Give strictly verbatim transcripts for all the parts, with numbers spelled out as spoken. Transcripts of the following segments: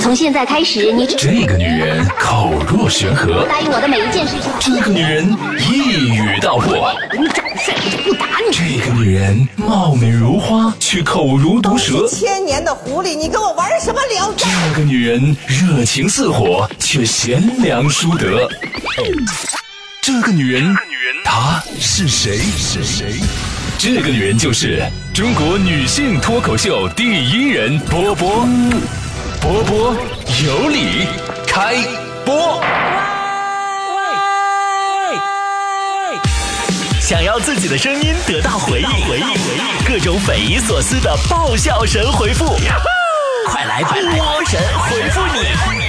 从现在开始，你这个女人口若悬河， 答应我的每一件事情。 这个女人一语道破， 你长得帅，我不打你。 这个女人貌美如花，却口如毒蛇。 千年的狐狸，你跟我玩什么聊斋？ 这个女人热情似火，却贤良淑德。这个女人，她是谁？是谁？这个女人就是中国女性脱口秀第一人波波。波波有理，开播。想要自己的声音得到回应，回应，回应，各种匪夷所思的爆笑神回复，快来波神回复你！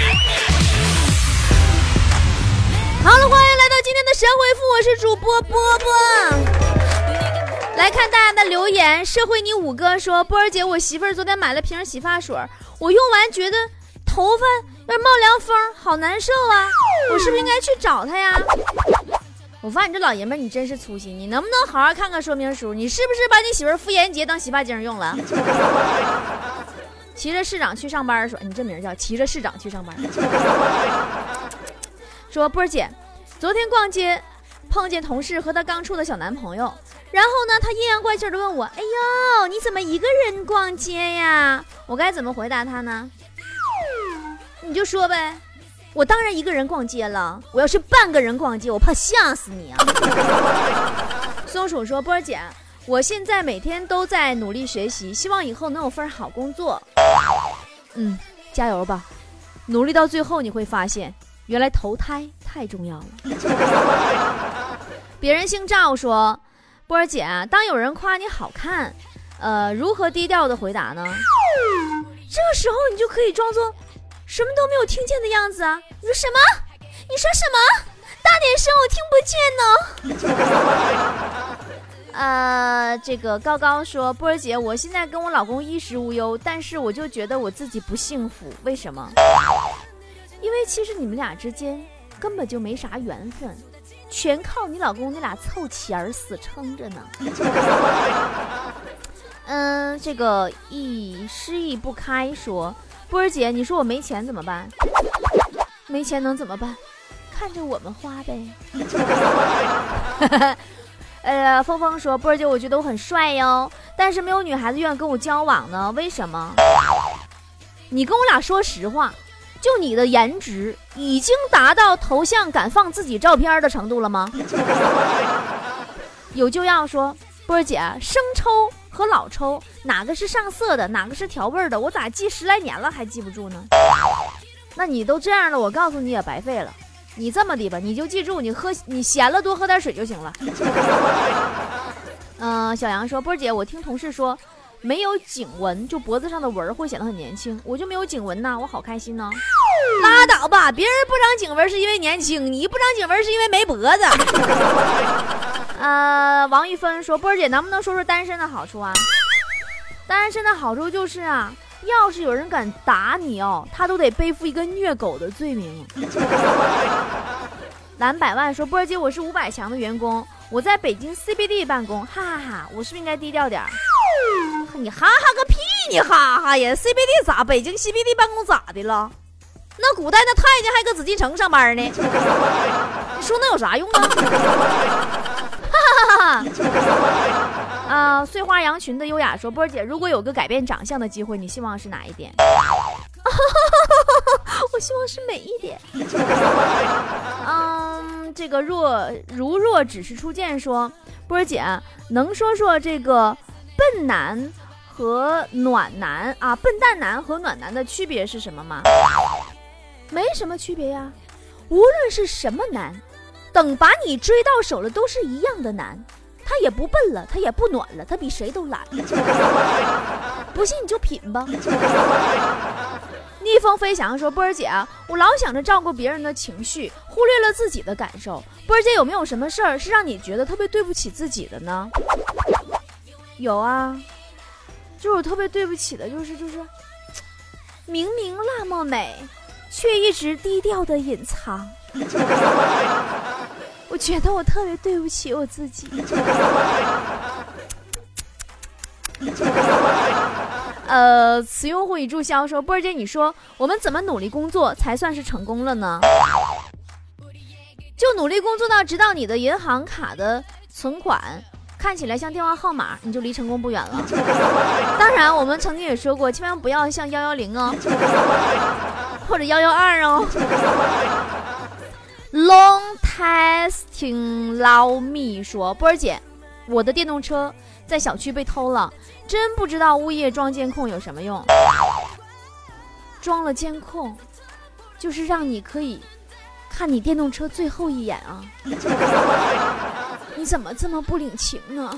好了，欢迎来到今天的神回复，我是主播波波。来看大家的留言，社会你五哥说，波儿姐，我媳妇儿昨天买了瓶洗发水，我用完觉得头发有点冒凉风，好难受啊，我是不是应该去找她呀？我发现你这老爷们儿你真是粗心，你能不能好好看看说明书？你是不是把你媳妇儿妇炎洁当洗发精用了？骑着市长去上班，说你这名叫骑着市长去上班。说波儿姐，昨天逛街碰见同事和她刚处的小男朋友，然后呢她阴阳怪气的问我，哎呦你怎么一个人逛街呀？我该怎么回答她呢？你就说呗，我当然一个人逛街了，我要是半个人逛街我怕吓死你啊。松鼠说，波儿姐，我现在每天都在努力学习，希望以后能有份好工作。嗯，加油吧，努力到最后你会发现原来投胎太重要了。别人姓赵说，波儿姐，当有人夸你好看，呃，如何低调的回答呢？这个时候你就可以装作什么都没有听见的样子啊！你说什么？你说什么？大点声，我听不见呢。呃，这个高高说，波儿姐，我现在跟我老公衣食无忧，但是我就觉得我自己不幸福，为什么？因为其实你们俩之间根本就没啥缘分，全靠你老公那俩凑钱儿死撑着呢。嗯，这个一失意不开说，波儿姐，你说我没钱怎么办？没钱能怎么办？看着我们花呗。呃，峰峰说，波儿姐，我觉得我很帅哟，但是没有女孩子愿意跟我交往呢，为什么？你跟我俩说实话，就你的颜值已经达到头像敢放自己照片的程度了吗？有就要说，波儿姐，生抽和老抽哪个是上色的，哪个是调味的，我咋记十来年了还记不住呢？那你都这样了，我告诉你也白费了。你这么的吧，你就记住，你喝你咸了多喝点水就行了。嗯、呃，小杨说，波儿姐，我听同事说没有颈纹就脖子上的纹会显得很年轻，我就没有颈纹呐，我好开心呢。拉倒吧，别人不长颈纹是因为年轻，你不长颈纹是因为没脖子。呃，王玉芬说，波儿姐，能不能说说单身的好处啊？单身的好处就是啊，要是有人敢打你哦，他都得背负一个虐狗的罪名。蓝百万说，波儿姐，我是五百强的员工，我在北京 C B D 办公，哈哈哈，我是不是应该低调点？你哈哈个屁，你哈哈呀 ！C B D 咋？北京 C B D 办公咋的了？那古代那太监还搁紫禁城上班呢，你说那有啥用啊？哈哈哈哈！啊，碎花羊群的优雅说，波儿姐，如果有个改变长相的机会，你希望是哪一点？我希望是美一点。嗯，这个若如若只是初见说，波儿姐，能说说这个笨男和暖男啊，笨蛋男和暖男的区别是什么吗？没什么区别呀，无论是什么男，等把你追到手了都是一样的男。他也不笨了，他也不暖了，他比谁都懒。不信你就品吧。逆风飞翔说，波儿姐，我老想着照顾别人的情绪，忽略了自己的感受。波儿姐，有没有什么事儿是让你觉得特别对不起自己的呢？有啊，就是我特别对不起的，就是就是明明那么美，却一直低调的隐藏。我觉得我特别对不起我自己。 呃，此用户已注销说，波儿姐，你说我们怎么努力工作才算是成功了呢？就努力工作到直到你的银行卡的存款看起来像电话号码，你就离成功不远了。当然我们曾经也说过，千万不要像一一零哦，或者一一二哦。Long testing 捞蜜说，波儿姐，我的电动车在小区被偷了，真不知道物业装监控有什么用。装了监控就是让你可以看你电动车最后一眼啊！你怎么这么不领情呢？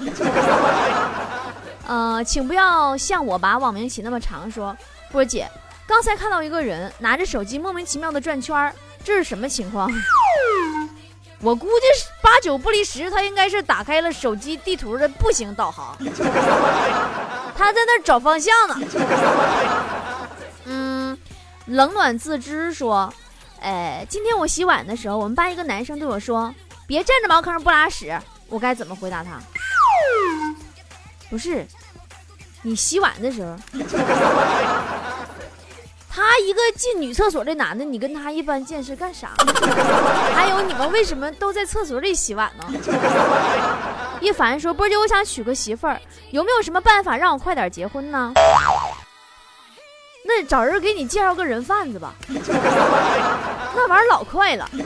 呃，请不要像我把网名起那么长说，波姐，刚才看到一个人拿着手机莫名其妙的转圈，这是什么情况？我估计八九不离十，他应该是打开了手机地图的步行导航，他在那找方向呢。嗯，冷暖自知说，哎，今天我洗碗的时候，我们班一个男生对我说，别站着茅坑不拉屎，我该怎么回答他？不是，你洗碗的时候，他一个进女厕所的男的，你跟他一般见识干啥？还有你们为什么都在厕所里洗碗呢？一凡说，波姐，我想娶个媳妇儿，有没有什么办法让我快点结婚呢？那找人给你介绍个人贩子吧，那玩意儿老快了。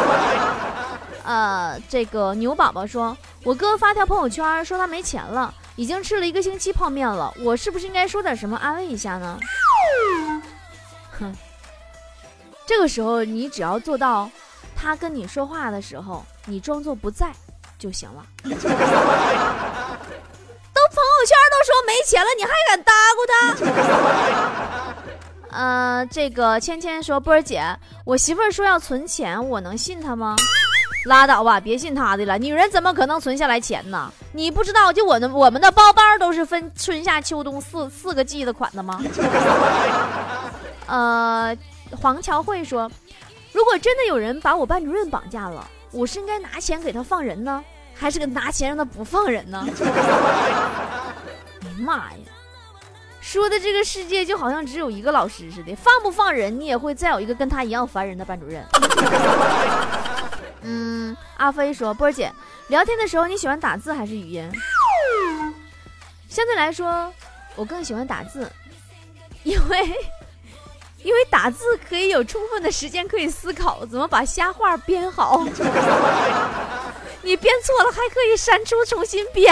呃，这个牛宝宝说，我哥发条朋友圈说他没钱了，已经吃了一个星期泡面了，我是不是应该说点什么安慰一下呢？哼，这个时候你只要做到他跟你说话的时候你装作不在就行了。都朋友圈都说没钱了，你还敢搭咕他？呃，这个芊芊说，波儿姐，我媳妇儿说要存钱，我能信她吗？拉倒吧，别信她的了，女人怎么可能存下来钱呢？你不知道就我的我们的包包都是分春夏秋冬四四个季的款的吗？呃，黄乔慧说，如果真的有人把我班主任绑架了，我是应该拿钱给他放人呢，还是拿钱让他不放人呢？妈呀，说的这个世界就好像只有一个老师似的，放不放人你也会再有一个跟他一样烦人的班主任。嗯，阿飞说，波儿姐，聊天的时候你喜欢打字还是语音？相对来说我更喜欢打字，因为因为打字可以有充分的时间可以思考怎么把瞎话编好。你编错了还可以删除重新编。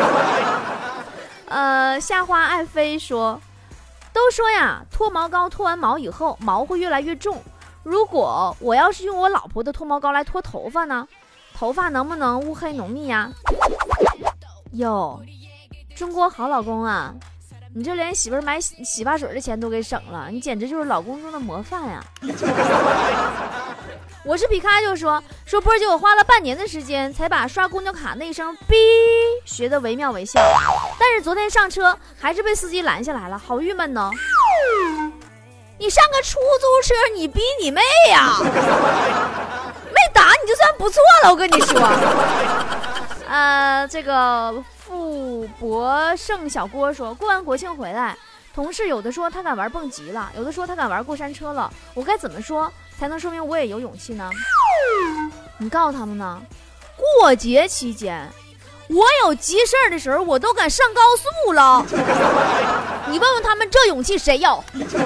呃，夏花爱飞说，都说呀，脱毛膏脱完毛以后毛会越来越重，如果我要是用我老婆的脱毛膏来脱头发呢，头发能不能乌黑浓密呀？哟，中国好老公啊，你这连媳妇儿买洗洗发水的钱都给省了，你简直就是老公中的模范呀。我是皮卡就说说波儿姐，我花了半年的时间才把刷公交卡那一声哔学得惟妙惟肖，但是昨天上车还是被司机拦下来了，好郁闷呢。你上个出租车你逼你妹呀！没打你就算不错了，我跟你说。呃，这个傅博胜小郭说，过完国庆回来，同事有的说他敢玩蹦极了，有的说他敢玩过山车了，我该怎么说才能说明我也有勇气呢？你告诉他们呢，过节期间我有急事儿的时候我都敢上高速了。你问问他们这勇气谁有？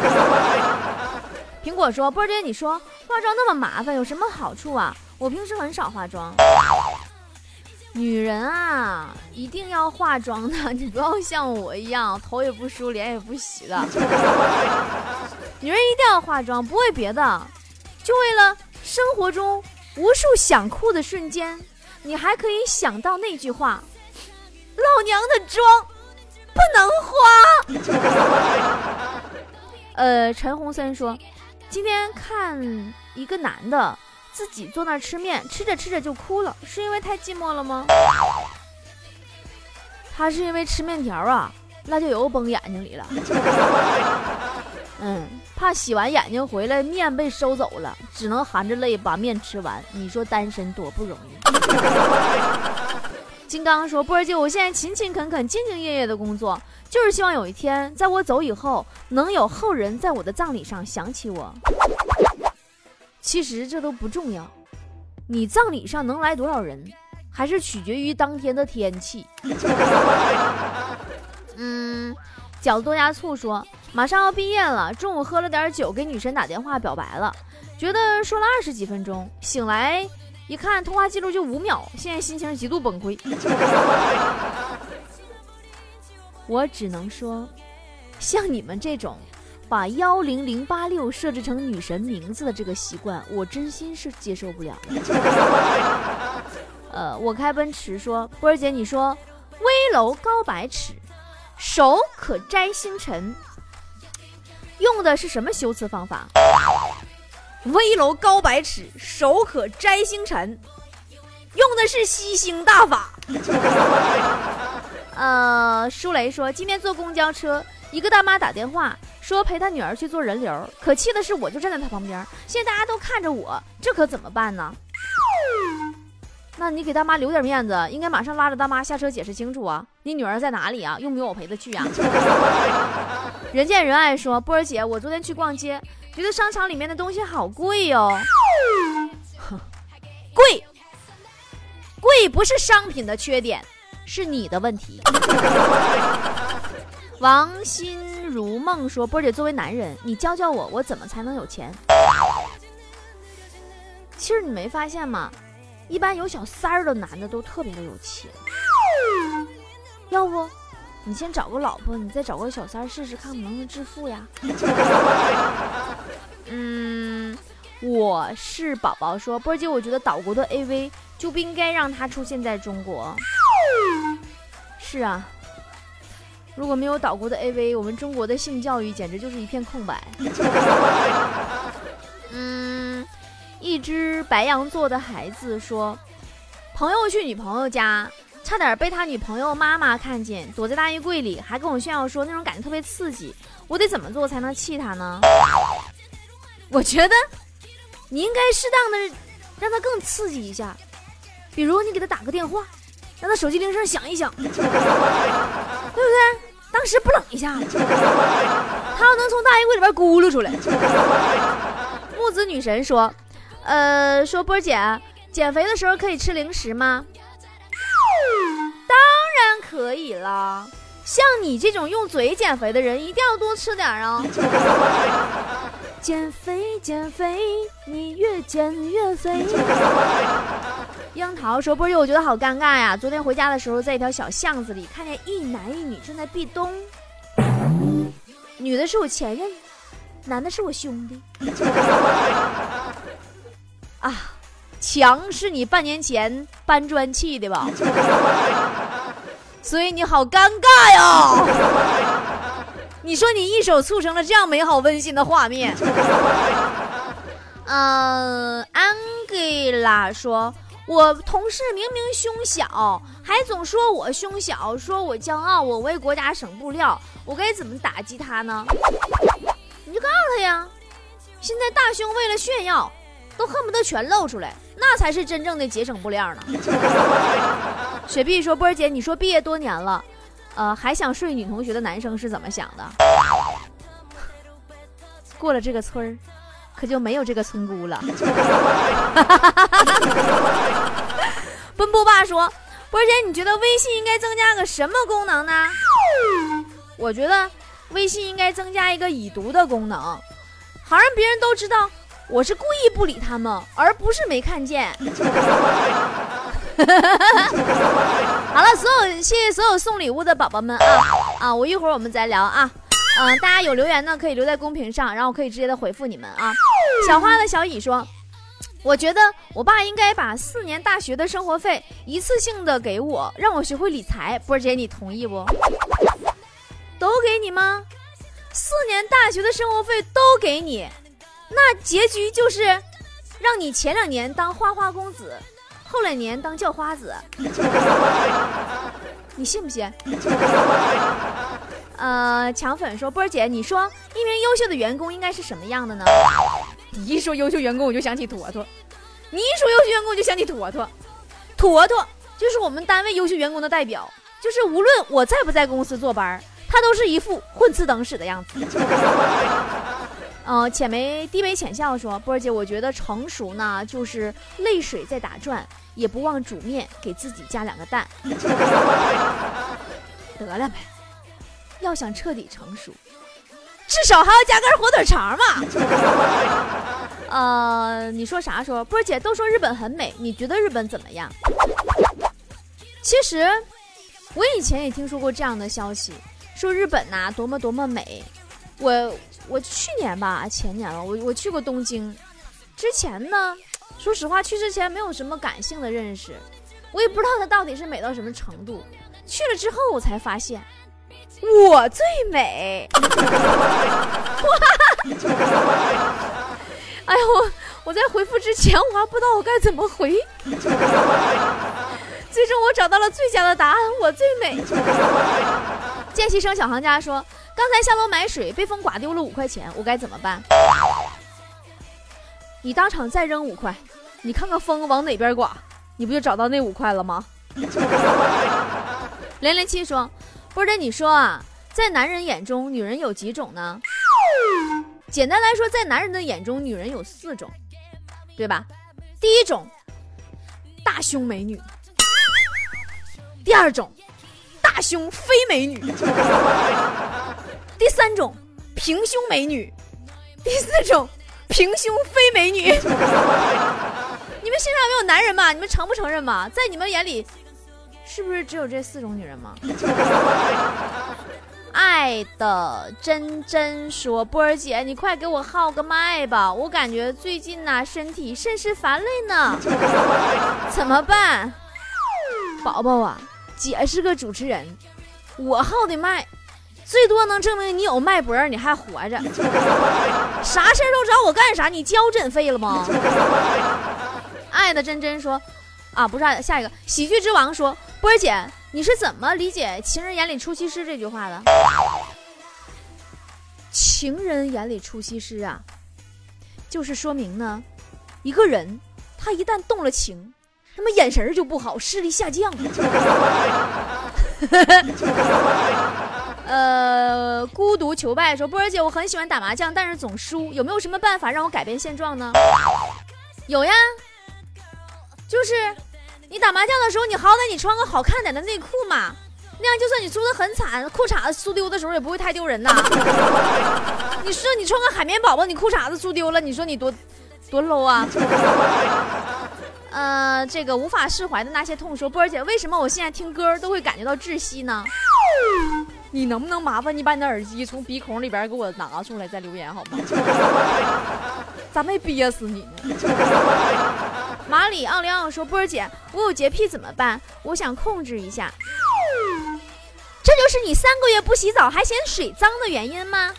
苹果说，波儿姐，你说化妆那么麻烦有什么好处啊？我平时很少化妆。女人啊一定要化妆的，你不要像我一样头也不梳脸也不洗的。女人一定要化妆，不为别的，就为了生活中无数想哭的瞬间，你还可以想到那句话，老娘的妆不能花。呃，陈洪森说，今天看一个男的自己坐那儿吃面，吃着吃着就哭了，是因为太寂寞了吗？他是因为吃面条啊辣椒油崩眼睛里了。嗯，怕洗完眼睛回来面被收走了，只能含着泪把面吃完，你说单身多不容易。金刚说，波儿姐，我现在勤勤恳恳兢兢业业的工作， 就是希望有一天在我走以后，能有后人在我的葬礼上想起我。其实这都不重要，你葬礼上能来多少人，还是取决于当天的天气。嗯，饺子多加醋说，马上要毕业了，中午喝了点酒，给女神打电话表白了，觉得说了二十几分钟，醒来一看通话记录就五秒，现在心情极度崩溃。我只能说，像你们这种把幺零零八六设置成女神名字的这个习惯，我真心是接受不了。呃，我开奔驰说，波儿姐，你说危楼高百尺，手可摘星辰，用的是什么修辞方法？危楼高百尺，手可摘星辰，用的是吸星大法。呃，舒雷说，今天坐公交车，一个大妈打电话说陪她女儿去做人流，可气的是我就站在她旁边，现在大家都看着我，这可怎么办呢？那你给大妈留点面子，应该马上拉着大妈下车解释清楚啊！你女儿在哪里啊？用不用我陪她去啊？人见人爱说，波儿姐，我昨天去逛街，觉得商场里面的东西好贵哦。贵，贵不是商品的缺点，是你的问题。王心如梦说，波儿姐，作为男人，你教教我，我怎么才能有钱？其实你没发现吗？一般有小三儿的男的都特别的有钱，要不你先找个老婆，你再找个小三试试看能不能致富呀。嗯，我是宝宝说，波儿姐，我觉得岛国的 A V 就不应该让它出现在中国。是啊，如果没有岛国的 A V， 我们中国的性教育简直就是一片空白。嗯，一只白羊座的孩子说，朋友去女朋友家，差点被他女朋友妈妈看见，躲在大衣柜里，还跟我炫耀说那种感觉特别刺激，我得怎么做才能气他呢？我觉得你应该适当的让他更刺激一下，比如你给他打个电话，让他手机铃声响一响，对不对？当时不冷一下，他要能从大衣柜里边咕噜出来。木子女神说，呃，说波姐，减肥的时候可以吃零食吗？当然可以啦，像你这种用嘴减肥的人，一定要多吃点啊。减肥减肥，你越减越肥。樱桃说，波姐，我觉得好尴尬呀，昨天回家的时候，在一条小巷子里看见一男一女正在壁咚，女的是我前任，男的是我兄弟。啊，墙是你半年前搬砖砌的吧？所以你好尴尬呀！你说你一手促成了这样美好温馨的画面。嗯、呃、安吉拉说，我同事明明胸小，还总说我胸小，说我骄傲，我为国家省布料，我该怎么打击他呢？你就告诉他呀，现在大胸为了炫耀都恨不得全露出来，那才是真正的节省布料呢。雪碧说，波儿姐，你说毕业多年了，呃，还想睡女同学的男生是怎么想的？过了这个村儿，可就没有这个村姑了。奔波爸说，波儿姐，你觉得微信应该增加个什么功能呢？我觉得微信应该增加一个已读的功能，好让别人都知道我是故意不理他们，而不是没看见。好了，所有谢谢所有送礼物的宝宝们啊啊！我一会儿我们再聊啊。嗯、呃，大家有留言呢，可以留在公屏上，然后我可以直接的回复你们啊。小花的小乙说，我觉得我爸应该把四年大学的生活费一次性的给我，让我学会理财。波儿姐，你同意不？都给你吗？四年大学的生活费都给你，那结局就是让你前两年当花花公子，后两年当叫花子。你信不信？呃，强粉说，波儿姐，你说一名优秀的员工应该是什么样的呢？你一说优秀员工我就想起坨坨，你一说优秀员工我就想起坨坨，坨坨就是我们单位优秀员工的代表，就是无论我在不在公司坐班， 他都是一副混吃等死的样子。呃，浅眉低眉浅笑说：“波儿姐，我觉得成熟呢，就是泪水在打转，也不忘煮面，给自己加两个蛋。得了呗，要想彻底成熟，至少还要加根火腿肠嘛。呃，你说啥说？波儿姐都说日本很美，你觉得日本怎么样？其实我以前也听说过这样的消息，说日本呐、啊、多么多么美。我我去年吧，前年了，我我去过东京。之前呢，说实话，去之前没有什么感性的认识，我也不知道它到底是美到什么程度。去了之后，我才发现我最美。哎呦，我我在回复之前，我还不知道我该怎么回。最终我找到了最佳的答案，我最美。见习生小行家说，刚才下楼买水被风刮丢了五块钱，我该怎么办？你当场再扔五块，你看看风往哪边刮，你不就找到那五块了吗？零零七说，不是你说啊，在男人眼中女人有几种呢？简单来说，在男人的眼中女人有四种，对吧？第一种，大胸美女。第二种，大胸非美女。第三种，平胸美女。第四种，平胸非美女。你们现场没有男人吗？你们承不承认吗？在你们眼里是不是只有这四种女人吗？爱的真真说，波儿姐你快给我号个麦吧，我感觉最近呐、啊、身体甚是乏累呢，怎么办？宝宝啊，姐是个主持人，我号的麦最多能证明你有脉搏，你还活着。啥事都找我干啥？你交诊费了吗？爱的真真说，啊，不是，下一个喜剧之王说，波儿姐，你是怎么理解情人眼里出西施这句话的？情人眼里出西施啊，就是说明呢，一个人他一旦动了情，那么眼神就不好，视力下降。呃，孤独求败说，波儿姐，我很喜欢打麻将，但是总输，有没有什么办法让我改变现状呢？有呀，就是你打麻将的时候，你好歹你穿个好看点的内裤嘛，那样就算你输得很惨，裤衩子输丢的时候也不会太丢人呐。你说你穿个海绵宝宝，你裤衩子输丢了，你说你多多 low 啊？呃，这个无法释怀的那些痛说，波儿姐，为什么我现在听歌都会感觉到窒息呢？你能不能麻烦你把你的耳机从鼻孔里边给我拿出来再留言好吗？咋没憋死你呢？马里奥利奥说，波儿姐，我有洁癖怎么办？我想控制一下。这就是你三个月不洗澡还嫌水脏的原因吗？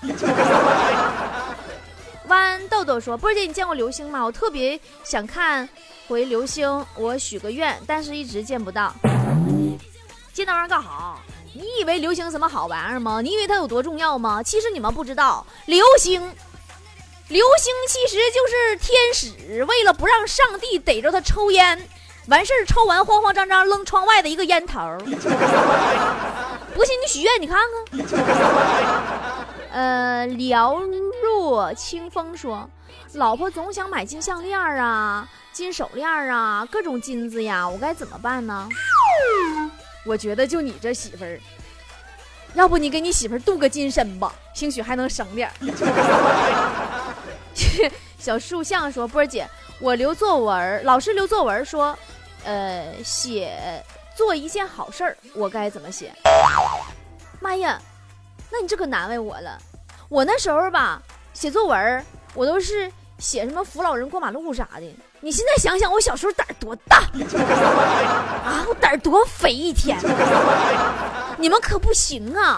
豌豆豆说，波儿姐，你见过流星吗？我特别想看回流星，我许个愿，但是一直见不到。见那玩意儿干哈？你以为流星什么好玩意儿吗？你以为它有多重要吗？其实你们不知道，流星流星其实就是天使为了不让上帝逮着他抽烟，完事儿抽完慌慌张张扔窗外的一个烟头。不信你许愿你看看。呃，寥若清风说，老婆总想买金项链啊，金手链啊，各种金子呀，我该怎么办呢？我觉得就你这媳妇儿，要不你给你媳妇儿镀个金身吧，兴许还能省点。小树象说，波儿姐，我留作文，老师留作文说，呃，写做一件好事儿，我该怎么写？妈呀，那你这可难为我了。我那时候吧，写作文我都是写什么扶老人过马路啥的。你现在想想，我小时候胆儿多大啊！我胆儿多肥一天，你们可不行啊。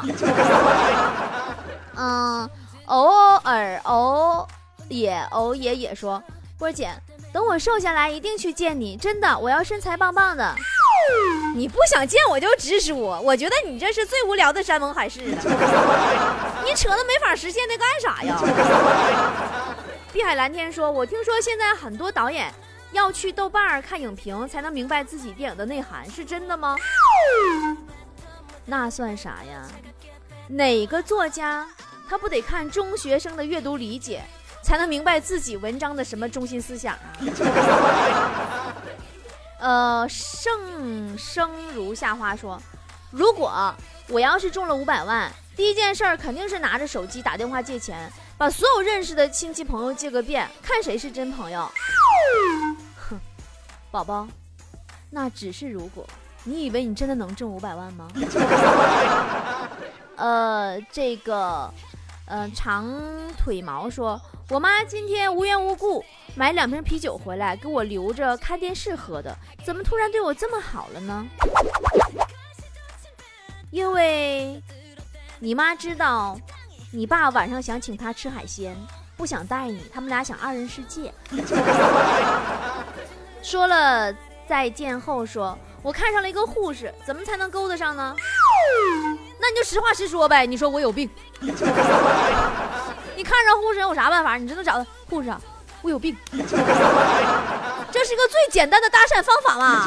嗯，偶尔偶也偶也也说，波儿姐，等我瘦下来一定去见你，真的，我要身材棒棒的。你不想见我就直说，我觉得你这是最无聊的山盟海誓了。你扯的没法实现的干啥呀？碧海蓝天说，我听说现在很多导演要去豆瓣看影评才能明白自己电影的内涵，是真的吗？那算啥呀？ 哪个作家他不得看中学生的阅读理解，才能明白自己文章的什么中心思想啊？呃，盛生如夏花说，如果我要是中了五百万，第一件事儿肯定是拿着手机打电话借钱，把所有认识的亲戚朋友借个遍，看谁是真朋友。哼，宝宝，那只是如果，你以为你真的能挣五百万吗？呃，这个，呃，长腿毛说，我妈今天无缘无故买两瓶啤酒回来给我留着看电视喝的，怎么突然对我这么好了呢？因为你妈知道你爸晚上想请她吃海鲜，不想带你，他们俩想二人世界。说了再见后说，我看上了一个护士，怎么才能勾得上呢？那你就实话实说呗，你说我有病。你看上护士有啥办法？你只能找护士啊，我有病。这是个最简单的搭讪方法嘛。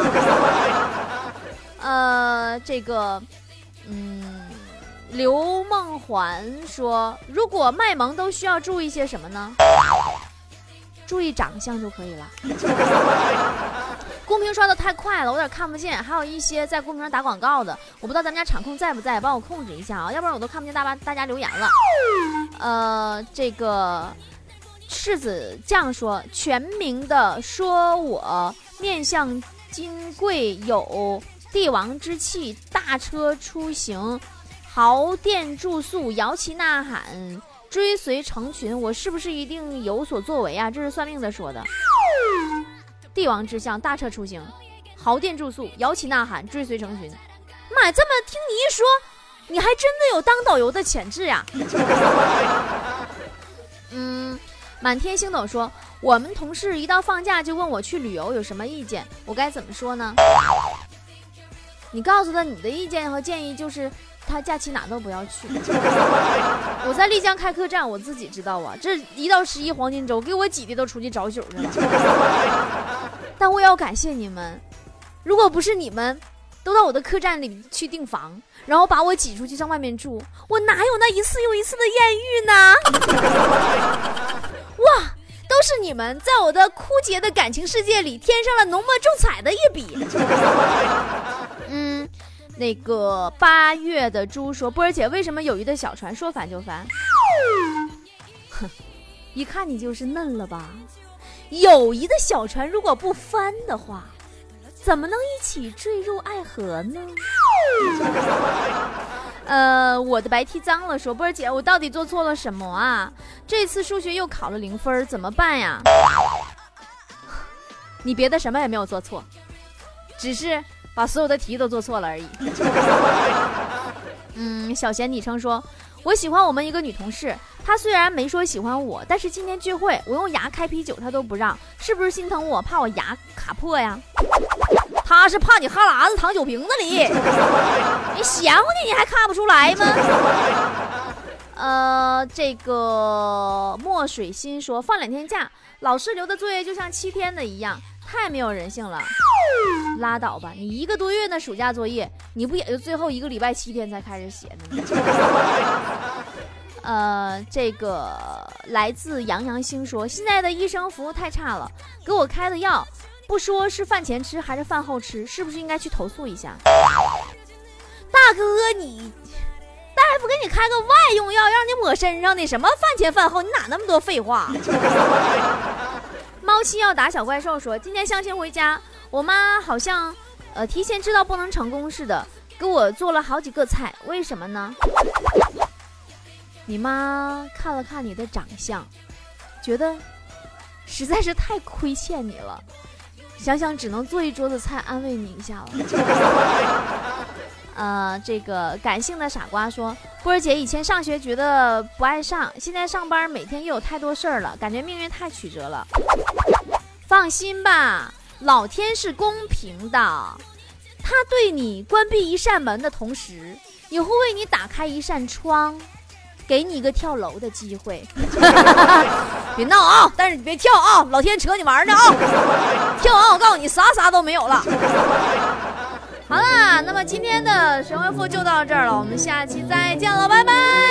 呃，这个嗯，刘梦环说，如果卖萌都需要注意些什么呢？注意长相就可以了。公屏刷的太快了，我有点看不见，还有一些在公屏上打广告的，我不知道咱们家场控在不在，帮我控制一下啊，要不然我都看不见大家大家留言了。呃，这个柿子酱说，全名的说我面向金贵，有帝王之气，大车出行，豪店住宿，摇旗呐喊，追随成群，我是不是一定有所作为啊？这是算命的说的。帝王之相，大车出行，豪店住宿，摇旗呐喊，追随成群。妈呀，这么听你一说，你还真的有当导游的潜质呀。嗯，满天星斗说，我们同事一到放假就问我去旅游有什么意见，我该怎么说呢？你告诉他你的意见和建议就是他假期哪都不要去。我在丽江开客栈，我自己知道啊，这一到十一黄金周给我挤的都出去找酒去了。但我也要感谢你们，如果不是你们都到我的客栈里去订房，然后把我挤出去上外面住，我哪有那一次又一次的艳遇呢？哇，都是你们在我的枯竭的感情世界里添上了浓墨重彩的一笔。嗯，那个八月的猪说，波儿姐，为什么友谊的小船说翻就翻？哼，一看你就是嫩了吧。友谊的小船如果不翻的话，怎么能一起坠入爱河呢？呃，我的白 T 脏了说，波儿姐，我到底做错了什么啊？这次数学又考了零分，怎么办呀？你别的什么也没有做错，只是把所有的题都做错了而已。嗯，小贤昵称说，我喜欢我们一个女同事，她虽然没说喜欢我，但是今天聚会我用牙开啤酒她都不让，是不是心疼我，怕我牙卡破呀？她是怕你哈喇子躺酒瓶子里，你嫌乎你你还看不出来吗？呃，这个墨水心说，放两天假，老师留的作业就像七天的一样，太没有人性了。拉倒吧，你一个多月的暑假作业，你不也就最后一个礼拜七天才开始写呢？呃，这个来自杨洋星说，现在的医生服务太差了，给我开的药不说是饭前吃还是饭后吃，是不是应该去投诉一下？大哥，你大夫给你开个外用药让你抹身上的，什么饭前饭后，你哪那么多废话？猫七要打小怪兽说，今天相亲回家，我妈好像呃提前知道不能成功似的，给我做了好几个菜，为什么呢？你妈看了看你的长相，觉得实在是太亏欠你了，想想只能做一桌子菜安慰你一下了。呃，这个感性的傻瓜说，波儿姐以前上学觉得不爱上，现在上班每天又有太多事儿了，感觉命运太曲折了。放心吧，老天是公平的，他对你关闭一扇门的同时，也会为你打开一扇窗，给你一个跳楼的机会。别闹啊，但是你别跳啊，老天扯你玩呢啊！跳啊，我告诉你，啥啥都没有了。 好啦，那么今天的神回复就到这儿了，我们下期再见了，拜拜。